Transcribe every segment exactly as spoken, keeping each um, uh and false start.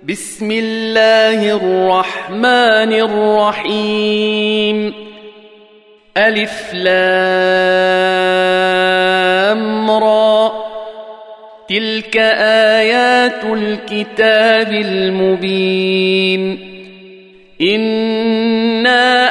بسم الله الرحمن الرحيم. ألف لام را، تلك آيات الكتاب المبين. إنا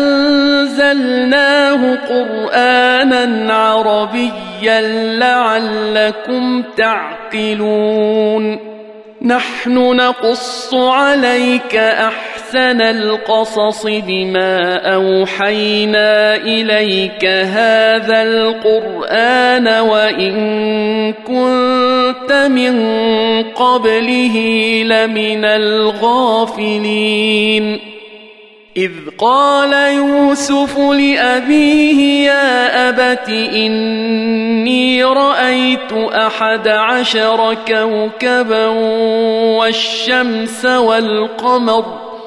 أنزلناه قرآنا عربيا لعلكم تعقلون. نحن نقص عليك أحسن القصص بما أوحينا إليك هذا القرآن وإن كنت من قبله لمن الغافلين. إذ قال يوسف لأبيه يا أبت إني رأيت أحد عشر كوكبا والشمس والقمر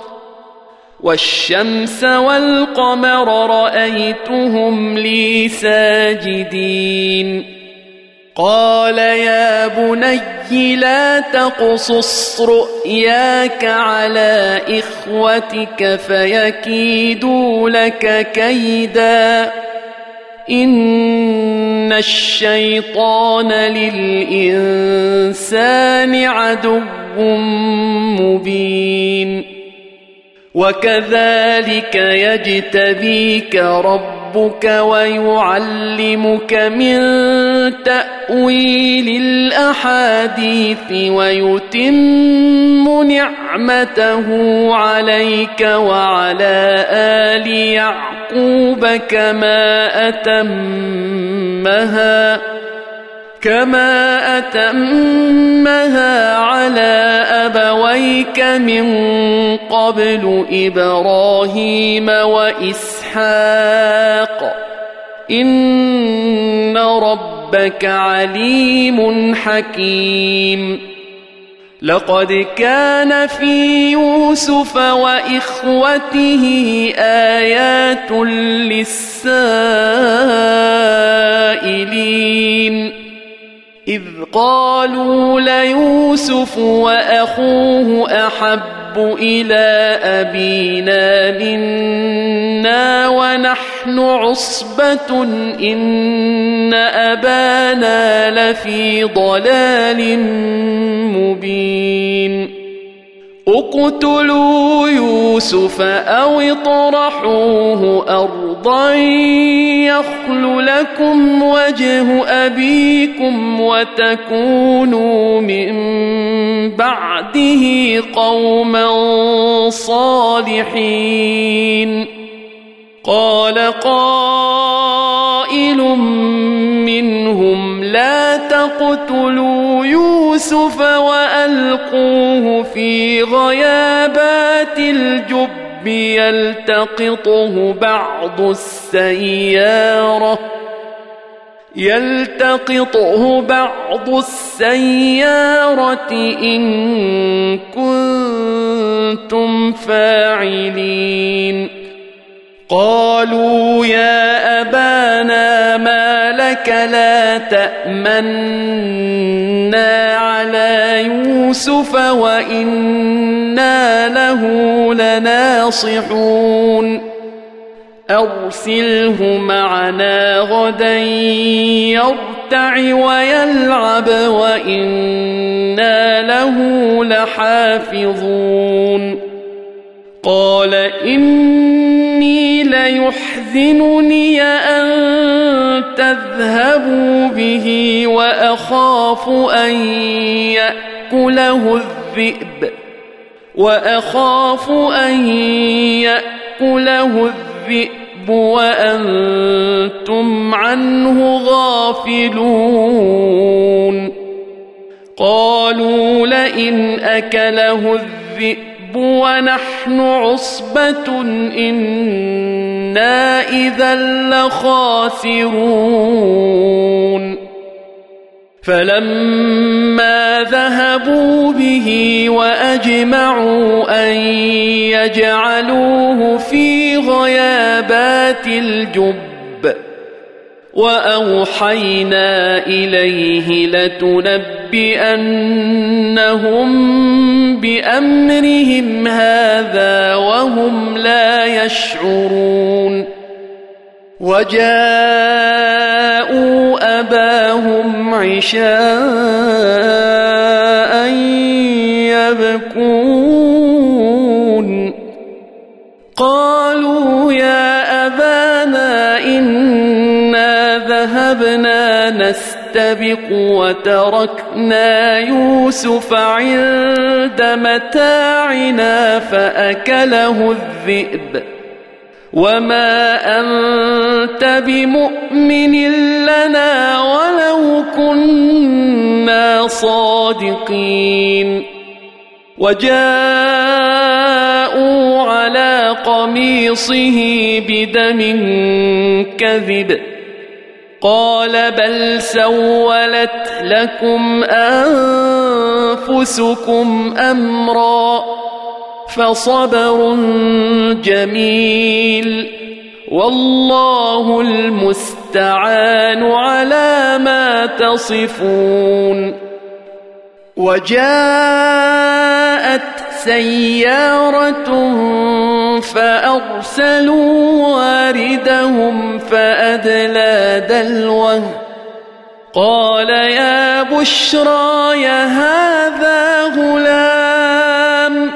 والشمس والقمر رأيتهم لي ساجدين. قال يا بني لا تقصص رؤياك على إخوتك فيكيدوا لك كيدا، إن الشيطان للإنسان عدو مبين. وكذلك يجتبيك ربك ويعلمك من تأويل الأحاديث ويتم نعمته عليك وعلى آل يعقوب كما أتمها كما أتمها على أبويك من قبل إبراهيم وإسحاق إن ربك عليم حكيم. لقد كان في يوسف وإخوته آيات للسائلين إذ قالوا ليوسف وأخوه أحب إلى أبينا منا ونحن عصبة إن أبانا لفي ضلال مبين. اقتلوا يوسف أو اطرحوه أرضا يخل لكم وجه أبيكم وتكونوا من بعده قوما صالحين. قال قائل منهم لا تقتلوا يوسف وألقوه في غيابات الجب يلتقطه بعض السيارة يلتقطه بعض السيارة إن كنتم فاعلين. قالوا يا أبانا ما لك لا تأمنا على يوسف وإنا له لناصحون. أرسله معنا غدا يرتع ويلعب وإنا له لحافظون. قال إني ليحزنني أن تذهبوا به وأخاف أن يأكله الذئب وأخاف أن يأكله الذئب وأنتم عنه غافلون. قالوا لئن أكله الذئب ونحن عصبة إنا إذا لخاسرون. فلما ذهبوا به وأجمعوا أن يجعلوه في غيابات الجب وأوحينا إليه لتنبئنهم بأمرهم هذا وهم لا يشعرون وجاءوا أباهم عشاء يبكون قالوا يا أبانا إنا ذهبنا نستبق وتركنا يوسف عند متاعنا فأكله الذئب وما أنت بمؤمن لنا ولو كنا صادقين وجاءوا على قميصه بدم كذب قال بل سولت لكم أنفسكم أمرا فصبر جميل والله المستعان على ما تصفون وجاءت سيارة فأرسلوا واردهم فأدلى دلوه قال يا بشرى هذا غلام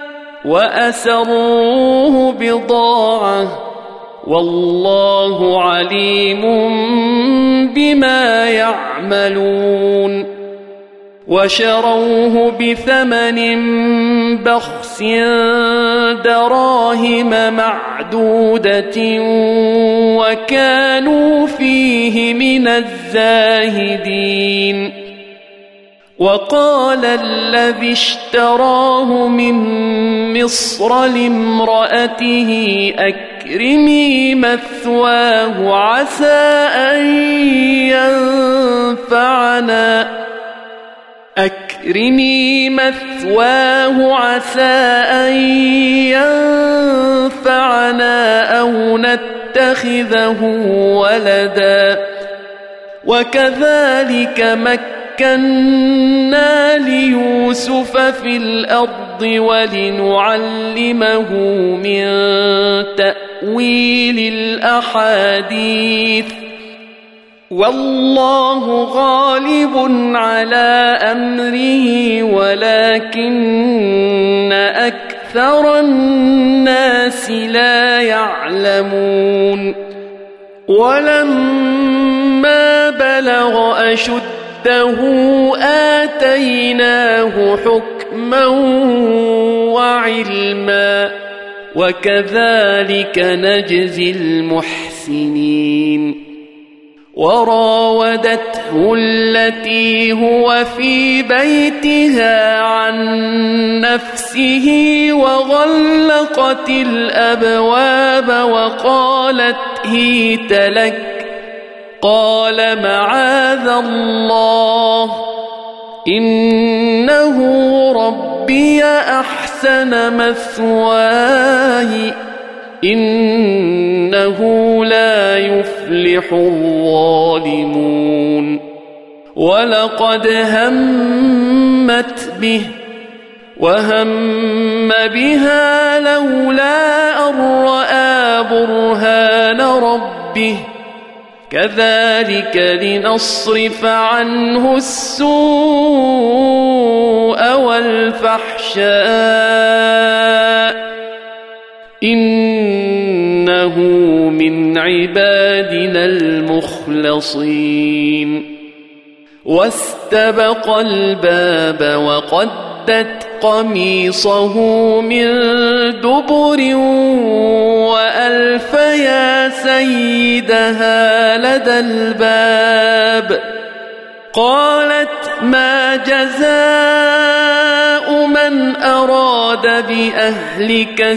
وأسروه بضاعة والله عليم بما يعملون وشروه بثمن بخس دراهم معدودة وكانوا فيه من الزاهدين وقال الذي اشتراه من مصر لامرأته أكرمي مثواه عسى أن ينفعنا أكرمي مثواه عسى أن ينفعنا أو نتخذه ولدا وكذلك مكنا ليوسف في الأرض ولنعلمه من تأويل الأحاديث والله غالب على أمره ولكن أكثر الناس لا يعلمون ولما بلغ أشده آتيناه حكما وعلما وكذلك نجزي المحسنين وراودته التي هو في بيتها عن نفسه وغلقت الأبواب وقالت هيت لك قال معاذ الله إنه ربي أحسن مثواي إنه لا يفلح الظالمون ولقد همت به وهم بها لولا أن رأى برهان ربه كذلك لنصرف عنه السوء والفحشاء إنه من عبادنا المخلصين واستبق الباب وقدت قميصه من دبر وألف يا سيدها لدى الباب قالت ما جزاء من أراد بأهلك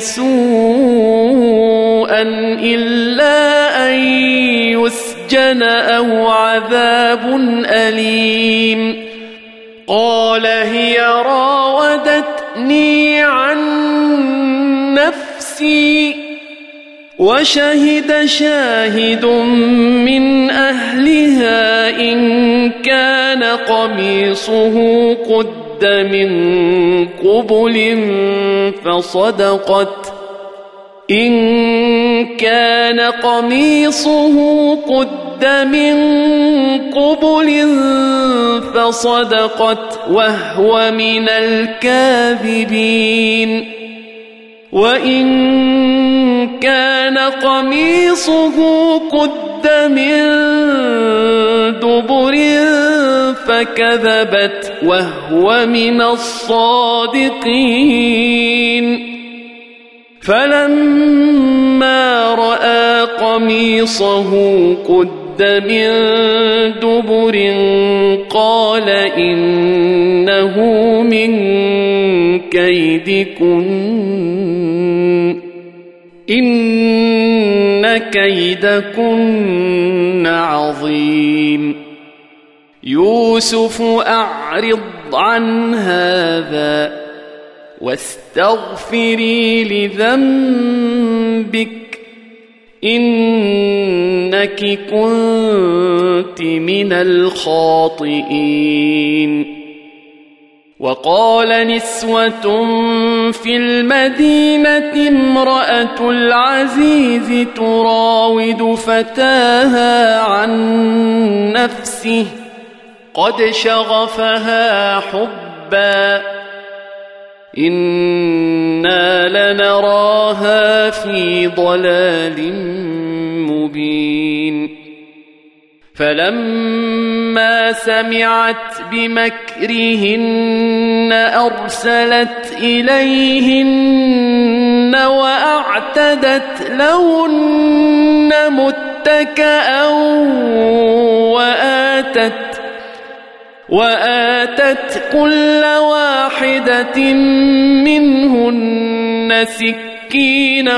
سوءا إلا أن يسجن أو عذاب أليم قال هي راودتني عن نفسي وشهد شاهد من أهلها إن كان قميصه قد من قبل فصدقت إن كان قميصه قد من قبل فصدقت وهو من الكاذبين وإن كان قميصه قد من دبر فكذبت وهو من الصادقين فلما رأى قميصه قد من دبر قال إنه من كيدكن إن كيدكن عظيم يوسف أعرض عن هذا واستغفري لذنبك إنك كنت من الخاطئين وقال نسوة في المدينة امرأة العزيز تراود فتاها عن نفسه قد شغفها حبا إنا لنراها في ضلال مبين فلما سمعت بمكرهن أرسلت إليهن وأعتدت لهن متكئا وآتت وآتت كل واحدة منهن سكينا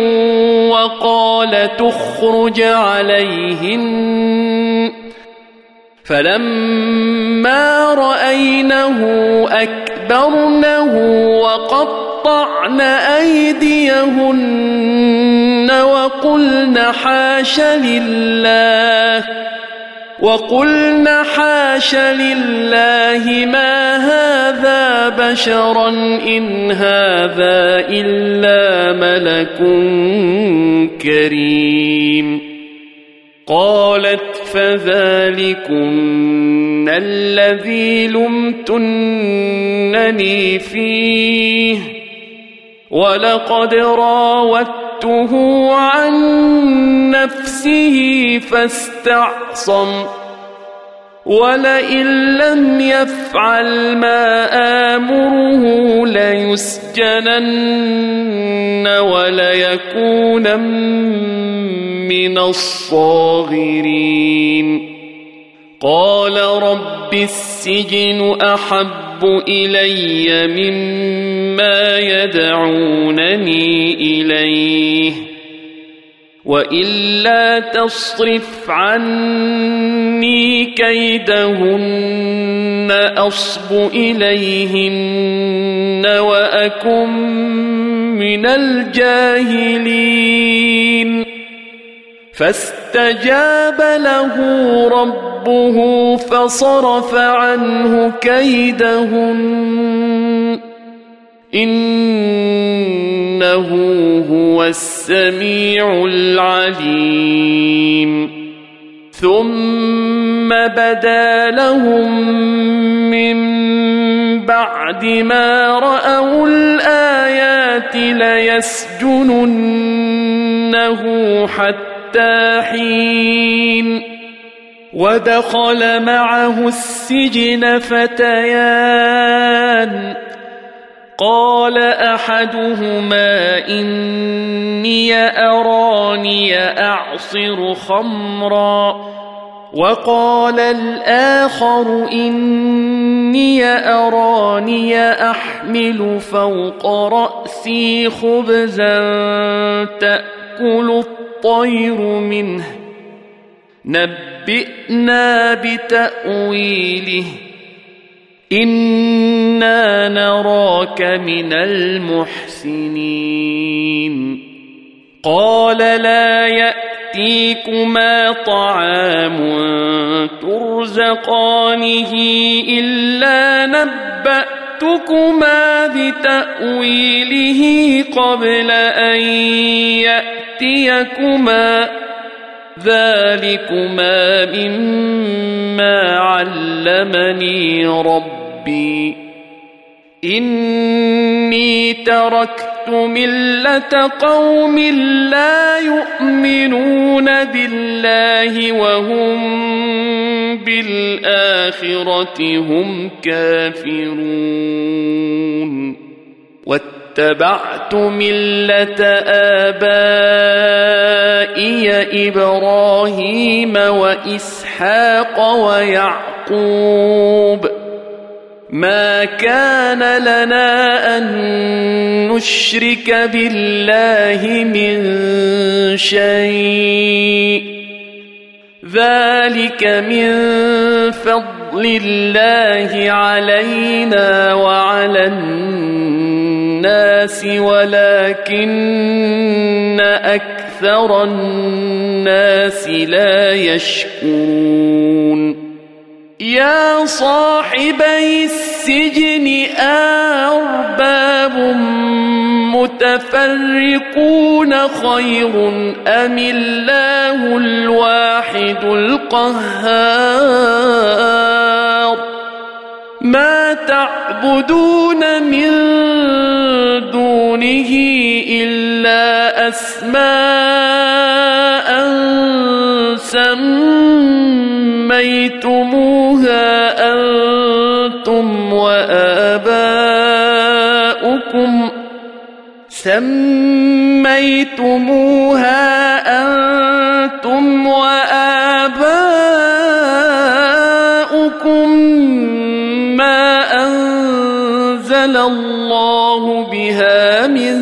وقال تخرج عليهن فلما رأينه أكبرنه وقطعن أيديهن وقلن حاش لله وقلن حاش لله ما هذا بشرا إن هذا إلا ملك كريم قالت فذلكن الذي لمتنني فيه ولقد راودته عن نفسه فاستعصم ولئن لم يفعل ما آمره ليسجنن وليكون من الصاغرين قال رب السجن أحب إلي مما يدعونني إليه وإلا تصرف عني كيدهن أصب إليهن وأكن من الجاهلين فاستجاب له ربه فصرف عنه كيدهن إنه هو السميع العليم ثم بدا لهم من بعد ما رأوا الآيات ليسجننه حتى حين ودخل معه السجن فتيان قال أحدهما إني أراني أعصر خمرا وقال الآخر إني أراني أحمل فوق رأسي خبزا تأكل الطير منه نبئنا بتأويله إنا نراك من المحسنين قال لا يأتيكما طعام ترزقانه إلا نبأتكما بتأويله قبل أن يأتيكما ذلكما مما علمني ربي إني تركت ملة قوم لا يؤمنون بالله وهم بالآخرة هم كافرون واتبعت ملة آبائي إبراهيم وإسحاق ويعقوب ما كان لنا أن نشرك بالله من شيء ذلك من فضل الله علينا وعلى الناس ولكن أكثر الناس لا يشكرون يا صاحبي السجن أرباب متفرقون خير أم الله الواحد القهار ما تعبدون من دونه إلا أسماء سميتموها أنتم وآباؤكم سميتموها أنتم وآباؤكم ما أنزل الله بها من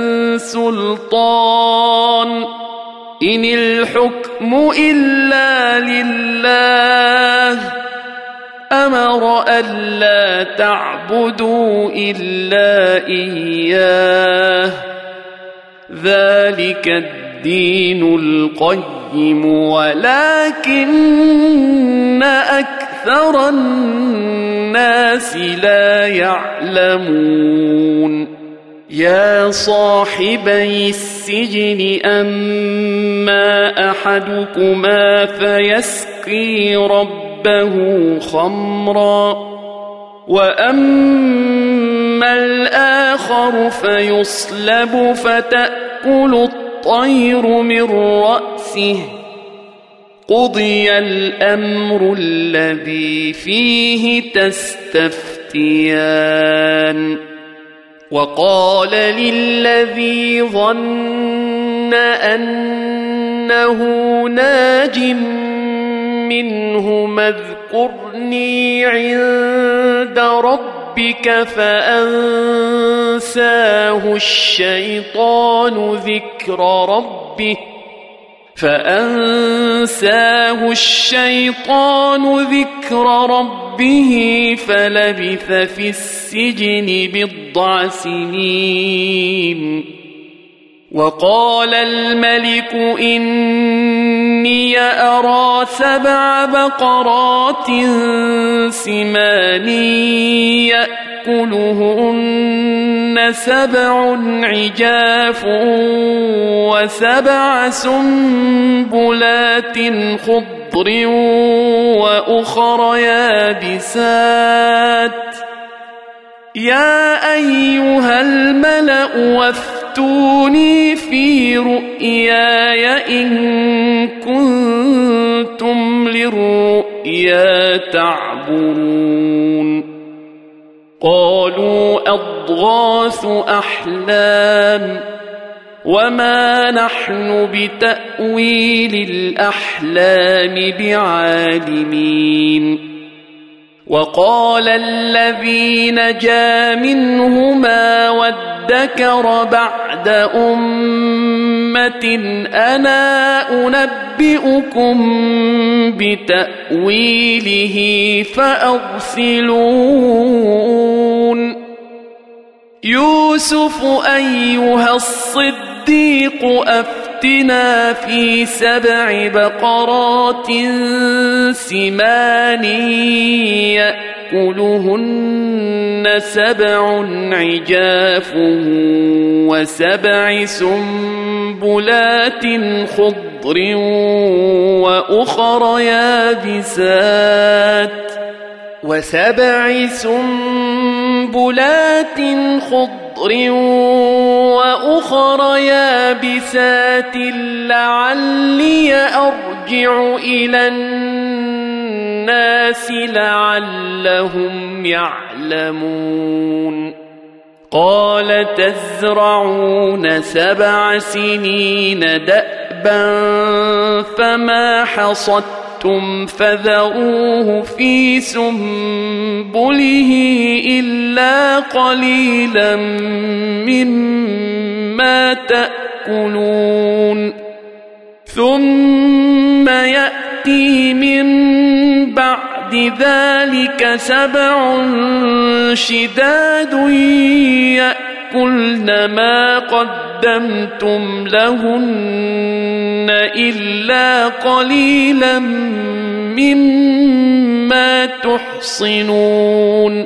سلطان إن الحكم إلا لله أمر ألا تعبدوا إلا إياه ذلك الدين القيم ولكن أكثر الناس لا يعلمون يا صاحبي السجن أما أحدكما فيسقي ربه خمرا وأما الآخر فيصلب فتأكل الطير من رأسه قضي الأمر الذي فيه تستفتيان وقال للذي ظن أنه ناج منه اذكرني عند ربك فأنساه الشيطان ذكر ربه فأنساه الشيطان ذكر ربه فلبث في السجن بضع سنين وقال الملك إني أرى سبع بقرات سمان يأكلهن سبع عجاف وسبع سنبلات خضر وأخر يابسات يا أيها الملأ وافتوني في رؤياي إن كنتم للرؤيا تعبرون قالوا أضغاث أحلام وما نحن بتأويل الأحلام بعالمين وقال الذي نجا منهما وادكر بعد أمة أنا أنبئكم بتأويله فأرسلون يوسف أيها الصديق الصديق أفتنا في سبع بقرات سمان يأكلهن سبع عجاف وسبع سنبلات خضر وأخر يابسات وسبع سنبلات خضر وأخر يابسات لعلي أرجع إلى الناس لعلهم يعلمون قال تزرعون سبع سنين دأبا فما حصدتم فذروه في سنبله إلا قليلا مما تأكلون ثم يأتي من بعد ذلك سبع شداد يأكلن ما قدمتم لهن إلا قليلا مما تحصنون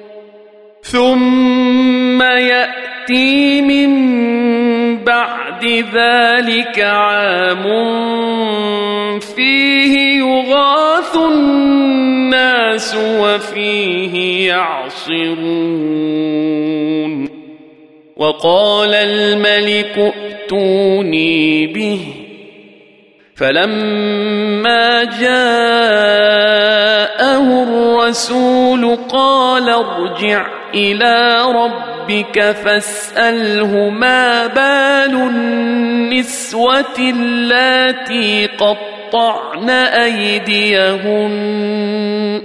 ثم يأتي من بعد ذلك عام فيه يغاث الناس وفيه يعصرون وقال الملك ائتوني به فلما جاءه الرسول قال ارجع إلى ربك فاسأله ما بال النسوة اللاتي قطعن أيديهن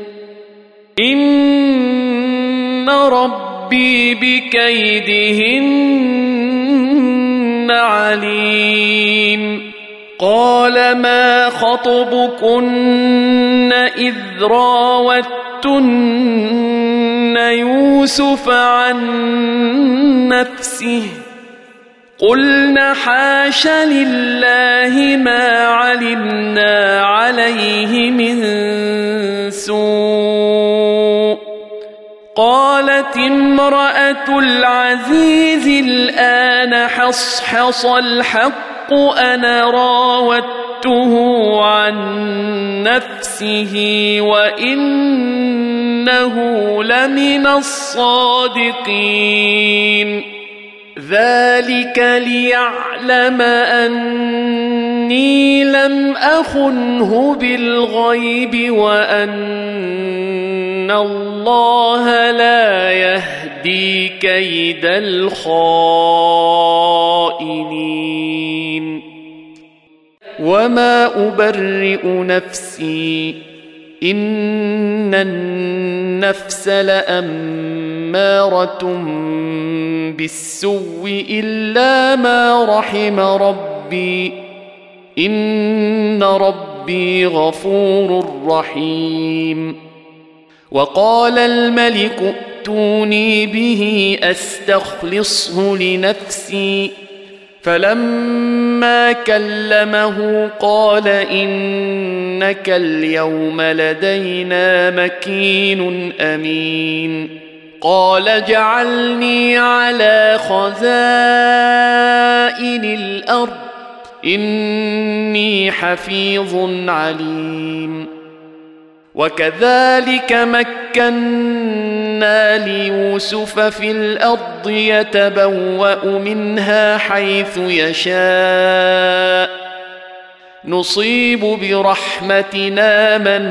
إن ربي بكيدهن عليم قال ما خطبكن إذ راوتن يوسف عن نفسه قلنا حاش لله ما علمنا عليه من سوء قالت امرأة العزيز الآن حصحص الحق أنا راودته عن نفسه وإنه لمن الصادقين ذلك ليعلم أني لم أخنه بالغيب وأن الله لا يهدي كيد الخائنين وما أبرئ نفسي إن النفس لأمارة بالسوء إلا ما رحم ربي إن ربي غفور رحيم وقال الملك ائتوني به أستخلصه لنفسي فلما كلمه قال إنك اليوم لدينا مكين أمين قال جعلني على خزائن الأرض إني حفيظ عليم وكذلك مكنا ليوسف في الأرض يتبوأ منها حيث يشاء نصيب برحمتنا من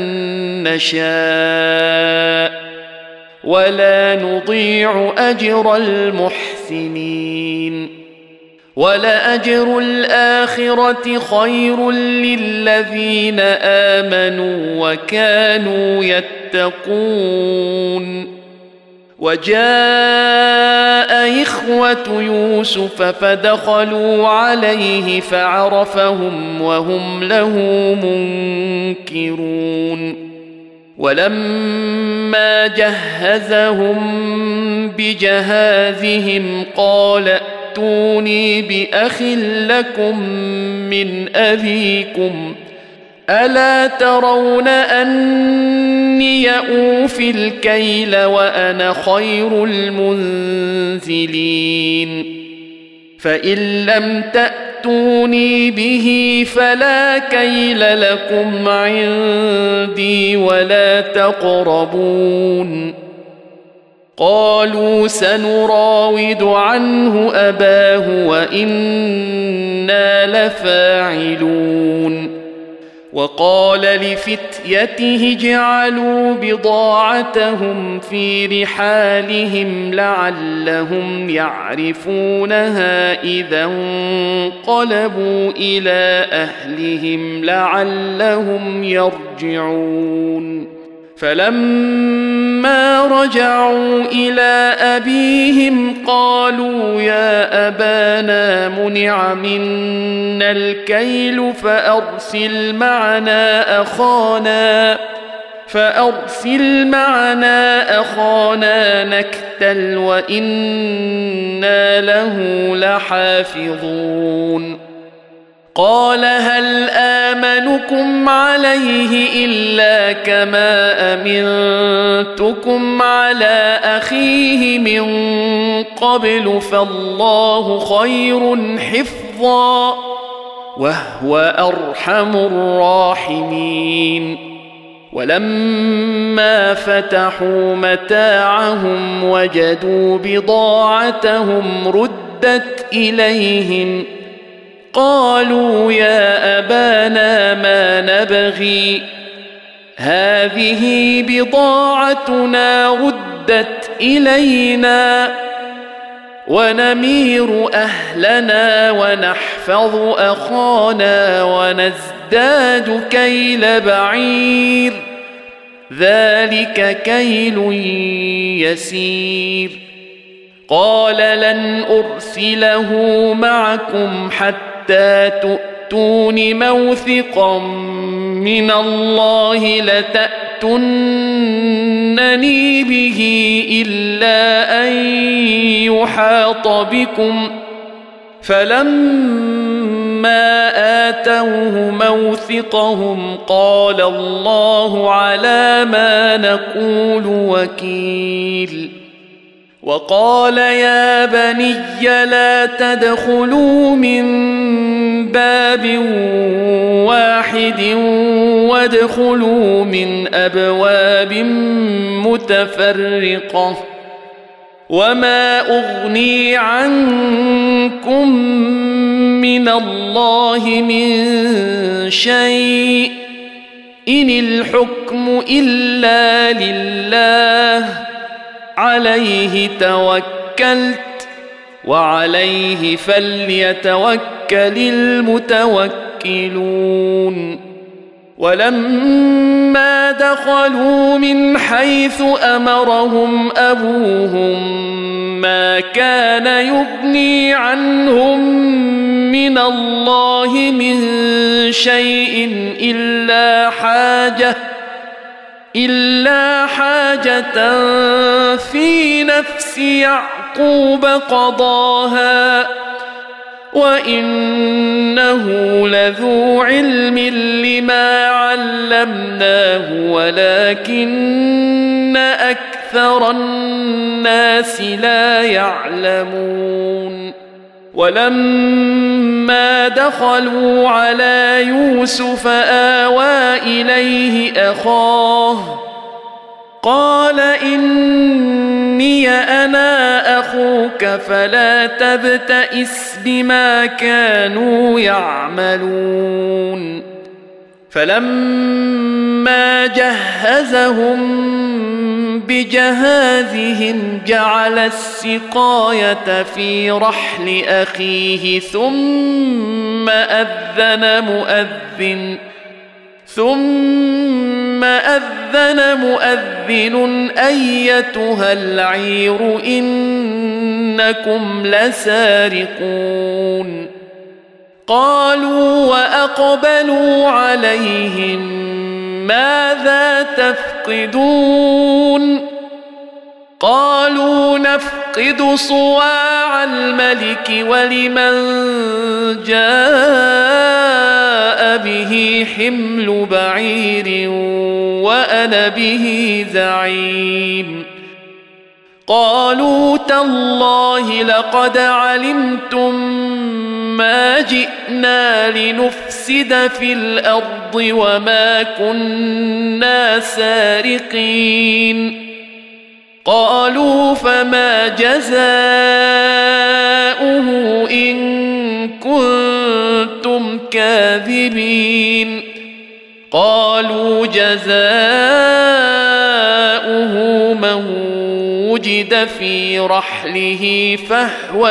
نشاء ولا نضيع أجر المحسنين ولأجر الآخرة خير للذين آمنوا وكانوا يتقون وجاء إخوة يوسف فدخلوا عليه فعرفهم وهم له منكرون ولما جهزهم بجهازهم قال ائتوني بأخ لكم من أبيكم ألا ترون أني أوفي الكيل وأنا خير المنزلين فإن لم تأتوني به فلا كيل لكم عندي ولا تقربون قالوا سنراود عنه أباه وإنا لفاعلون وقال لفتيته اجعلوا بضاعتهم في رحالهم لعلهم يعرفونها إذا انقلبوا إلى أهلهم لعلهم يرجعون فلما رجعوا إلى أبيهم قالوا يا أبانا منع منا الكيل فأرسل معنا أخانا فأرسل معنا أخانا نكتل وإنا له لحافظون قال هل آمنكم عليه إلا كما أمنتكم على أخيه من قبل فالله خير حفظا وهو أرحم الراحمين ولما فتحوا متاعهم وجدوا بضاعتهم ردت إليهم قالوا يا أبانا ما نبغي هذه بضاعتنا ردت إلينا ونمير أهلنا ونحفظ أخانا ونزداد كيل بعير ذلك كيل يسير قال لن أرسله معكم حتى حتى تؤتون موثقا من الله لتأتونني به إلا أن يحاط بكم فلما آتوه موثقهم قال الله على ما نقول وكيل وقال يا بني لا تدخلوا من باب واحد وادخلوا من أبواب متفرقة وما أغني عنكم من الله من شيء إن الحكم إلا لله عليه توكلت وعليه فليتوكل المتوكلون ولما دخلوا من حيث أمرهم أبوهم ما كان يغني عنهم من الله من شيء إلا حاجة إلا حاجة في نفس يعقوب قضاها وإنه لذو علم لما علمناه ولكن أكثر الناس لا يعلمون ولما دخلوا على يوسف آوى إليه أخاه قال إني أنا أخوك فلا تبتئس بما كانوا يعملون فلما جهزهم بجهازهم جعل السقاية في رحل أخيه ثم أذن مؤذن ثم أذن مؤذن أيتها العير إنكم لسارقون قالوا وأقبلوا عليهم ماذا تفقدون قالوا نفقد صواع الملك ولمن جاء به حمل بعير وأنا به زعيم قالوا تالله لقد علمتم ما جئنا لنفسد في الأرض وما كنا سارقين قالوا فما جزاؤه إن كنتم كاذبين قالوا جزاؤه من وجد في رحله فهو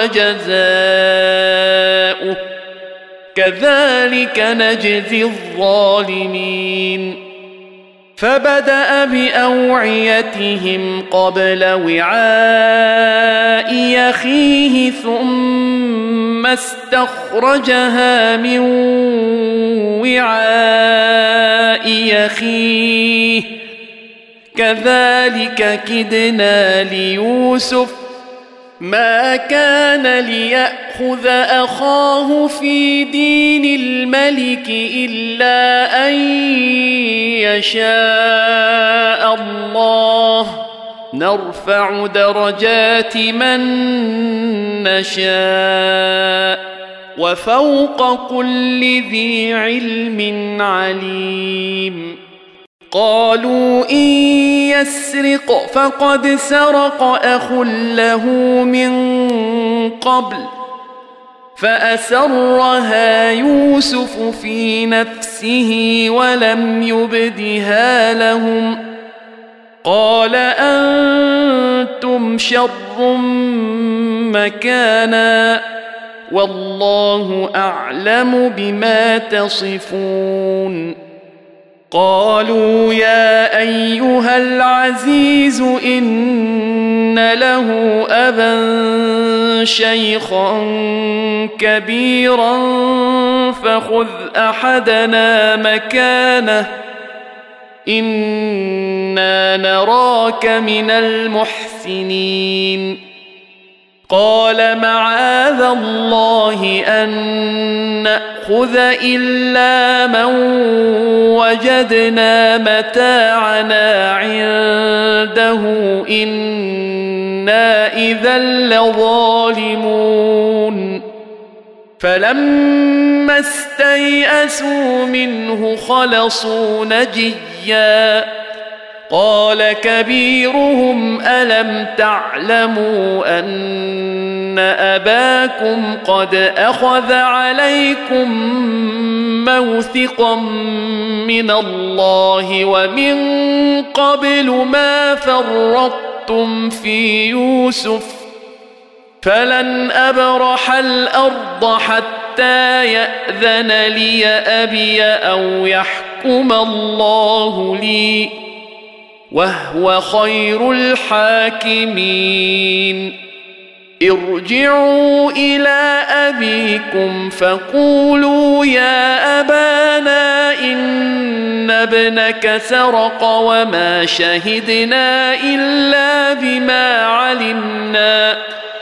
جزاؤه كذلك نجزي الظالمين فبدأ بأوعيتهم قبل وعاء أخيه ثم استخرجها من وعاء أخيه كذلك كدنا ليوسف ما كان ليأخذ أخاه في دين الملك إلا أن يشاء الله نرفع درجات من نشاء وفوق كل ذي علم عليم قالوا إن يسرق فقد سرق أخ له من قبل فأسرها يوسف في نفسه ولم يبدها لهم قال أنتم شر مكانا والله أعلم بما تصفون قالوا يا أيها العزيز إن له أبا شيخا كبيرا فخذ أحدنا مكانه إنا نراك من المحسنين قال معاذ الله أن نأخذ إلا من وجدنا متاعنا عنده إنا إذا لظالمون فلما استيئسوا منه خلصوا نجيا قال كبيرهم ألم تعلموا أن أباكم قد أخذ عليكم موثقا من الله ومن قبل ما فرطتم في يوسف فلن أبرح الأرض حتى يأذن لي أبي أو يحكم الله لي وهو خير الحاكمين ارجعوا إلى أبيكم فقولوا يا أبانا إن ابنك سرق وما شهدنا إلا بما علمنا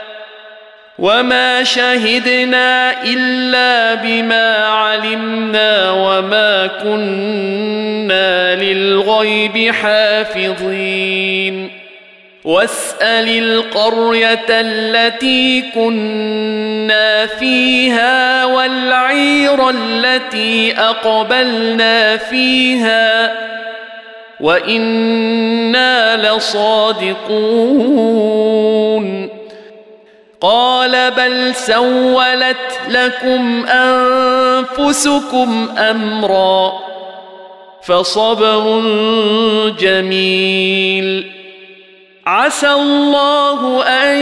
وما شهدنا إلا بما علمنا وما كنا للغيب حافظين واسأل القرية التي كنا فيها والعير التي أقبلنا فيها وإنا لصادقون قال بل سولت لكم أنفسكم أمرا فصبر جميل عسى الله أن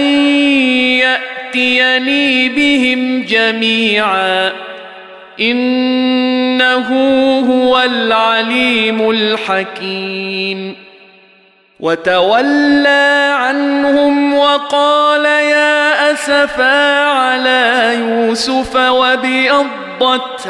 يأتيني بهم جميعا إنه هو العليم الحكيم وتولى عنهم وقال يا أسفا على يوسف وابيضت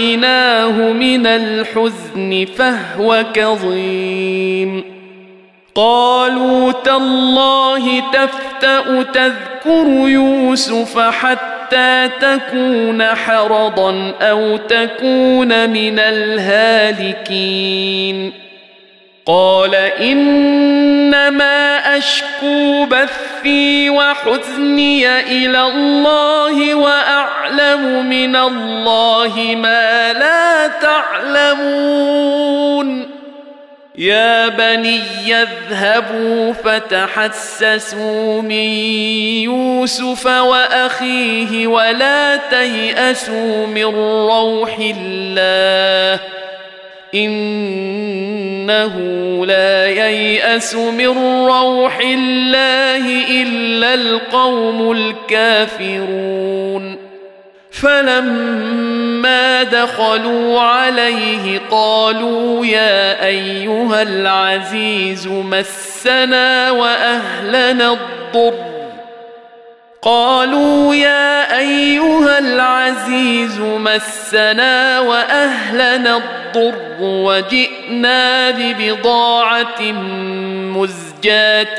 عيناه من الحزن فهو كظيم قالوا تالله تفتأ تذكر يوسف حتى تكون حرضا أو تكون من الهالكين قال إنما أشكو بثي وحزني إلى الله وأعلم من الله ما لا تعلمون يا بني اذهبوا فتحسسوا من يوسف وأخيه ولا تيأسوا من روح الله إنه لا ييأس من روح الله إلا القوم الكافرون فلما دخلوا عليه قالوا يا أيها العزيز مسنا وأهلنا الضر قالوا يا أيها العزيز مسنا وأهلنا الضر وجئنا ببضاعة مزجاة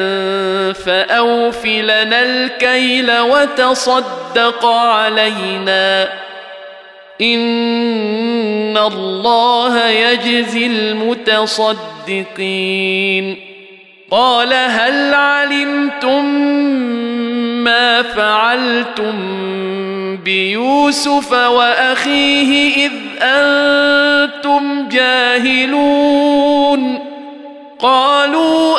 فأوف لنا الكيل وتصدق علينا إن الله يجزي المتصدقين قال هل علمتم ما فعلتم بيوسف وأخيه إذ أنتم جاهلون قالوا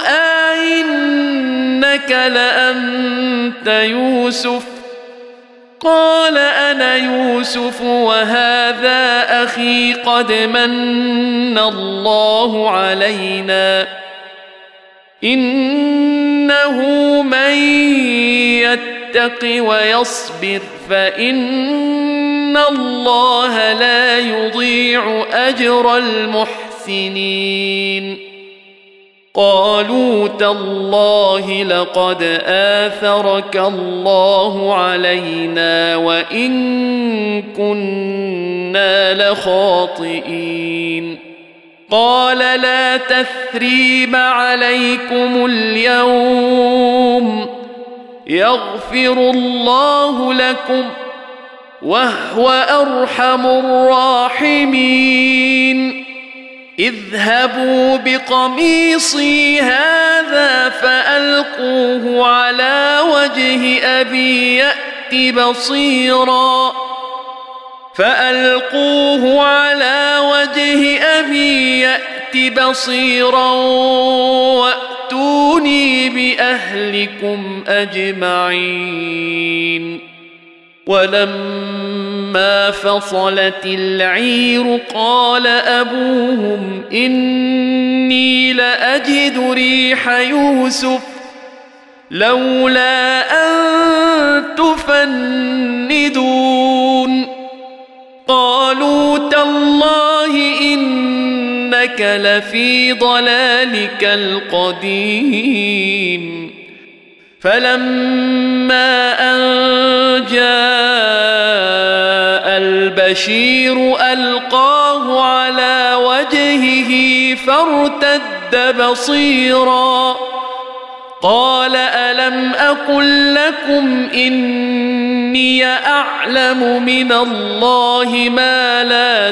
أئنك لأنت يوسف قال أنا يوسف وهذا أخي قد من الله علينا إنه من يتق ويصبر فإن الله لا يضيع أجر المحسنين قالوا تالله لقد آثرك الله علينا وإن كنا لخاطئين قال لا تثريب عليكم اليوم يغفر الله لكم وهو أرحم الراحمين اذهبوا بقميصي هذا فألقوه على وجه أبي يأت بصيرا فألقوه على وجه أبي يأت بصيرا وأتوني بأهلكم أجمعين ولما فصلت العير قال أبوهم إني لأجد ريح يوسف لولا أن تفندون قالوا تالله إنك لفي ضلالك القديم فلما أن جاء البشير ألقاه على وجهه فارتد بصيرا قال ألم أقل لكم إني أعلم من الله ما لا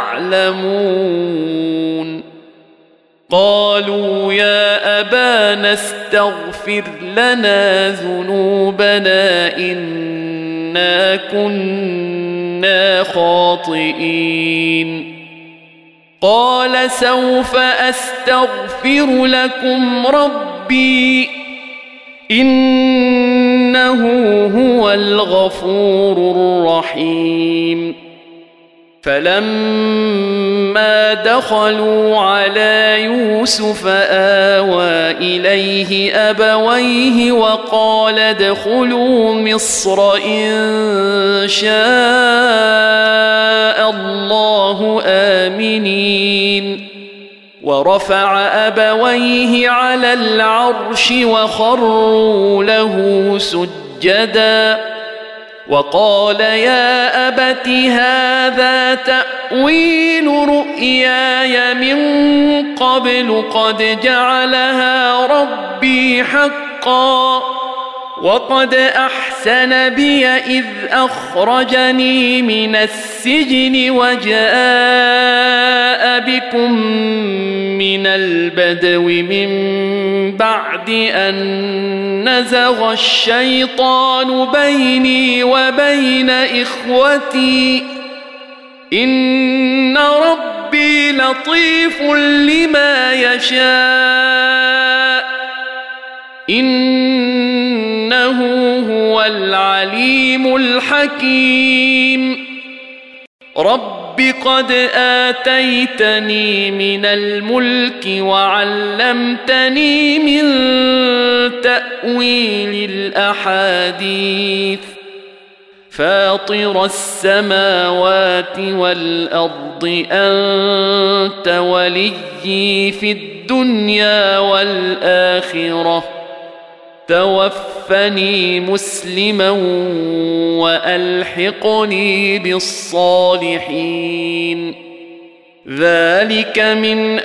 تعلمون قالوا يا أبانا استغفر لنا ذنوبنا إنا كنا خاطئين قال سوف أستغفر لكم ربي إنه هو الغفور الرحيم فلما دخلوا على يوسف آوى إليه أبويه وقال ادخلوا مصر إن شاء الله آمنين ورفع أبويه على العرش وخروا له سجدا وقال يا أبت هذا تأويل رؤياي من قبل قد جعلها ربي حقا وقد أحسن بي إذ أخرجني من السجن وجاء بكم من البدو من بعد أن نزغ الشيطان بيني وبين إخوتي إن ربي لطيف لما يشاء إنه هو العليم الحكيم رب قد آتيتني من الملك وعلمتني من تأويل الأحاديث فاطر السماوات والأرض أنت وليي في الدنيا والآخرة توفني مسلما وألحقني بالصالحين ذلك من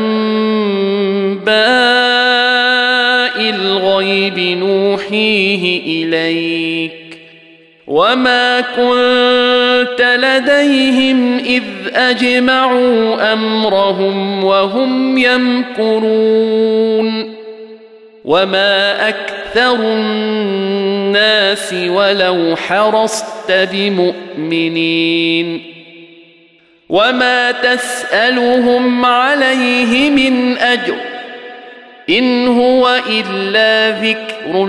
أنباء الغيب نوحيه إليك وما كنت لديهم إذ أجمعوا أمرهم وهم يمكرون وما أكثر الناس ولو حرصت بمؤمنين وما تسألهم عليه من أجر إن هو إلا ذكر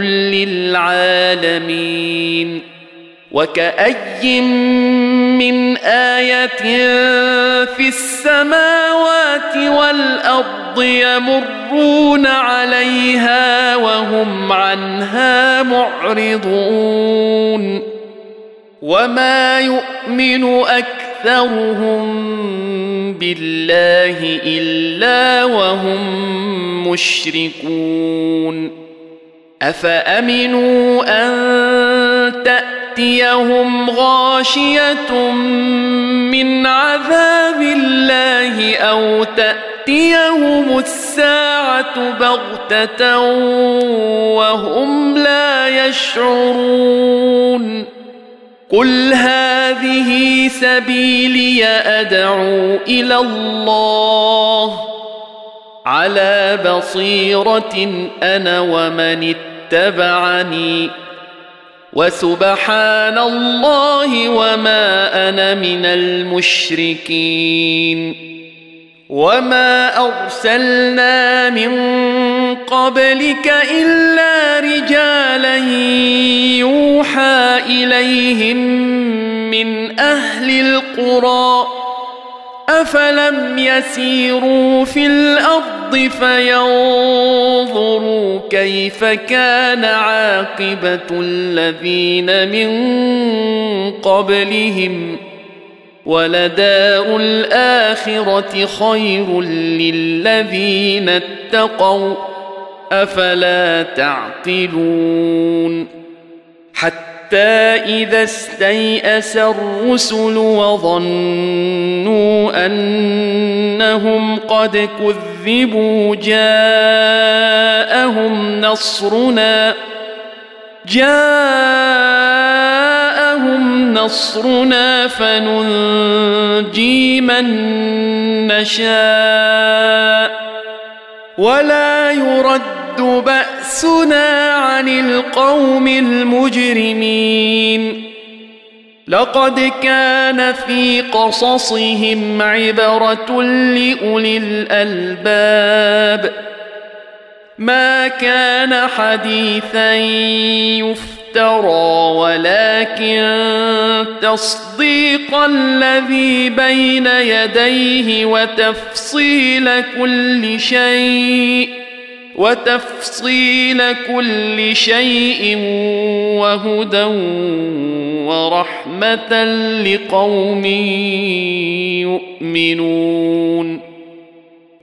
للعالمين وكأي من آية في السماوات والأرض يمرون عليها وهم عنها معرضون وما يؤمن أكثرهم بالله إلا وهم مشركون أفأمنوا أن تأتيهم غاشية من عذاب الله أو تأتيهم الساعة بغتة وهم لا يشعرون قل هذه سبيلي أدعو إلى الله على بصيرة أنا ومن اتبعني وسبحان الله وما أنا من المشركين وما أرسلنا من قبلك إلا رجالا يوحى إليهم من أهل القرى أفلم يسيروا في الأرض فينظروا كيف كان عاقبة الذين من قبلهم ولدار الآخرة خير للذين اتقوا أفلا تعقلون حتى إذا استيأس الرسل وظنوا أنهم قد كذبوا جاءهم نصرنا جاءهم نصرنا فننجي من نشاء ولا يرد بأسنا عن القوم المجرمين لقد كان في قصصهم عبرة لأولي الألباب ما كان حديثا يفترى ولكن تصديق الذي بين يديه وتفصيل كل شيء وتفصيل كل شيء وهدى ورحمة لقوم يؤمنون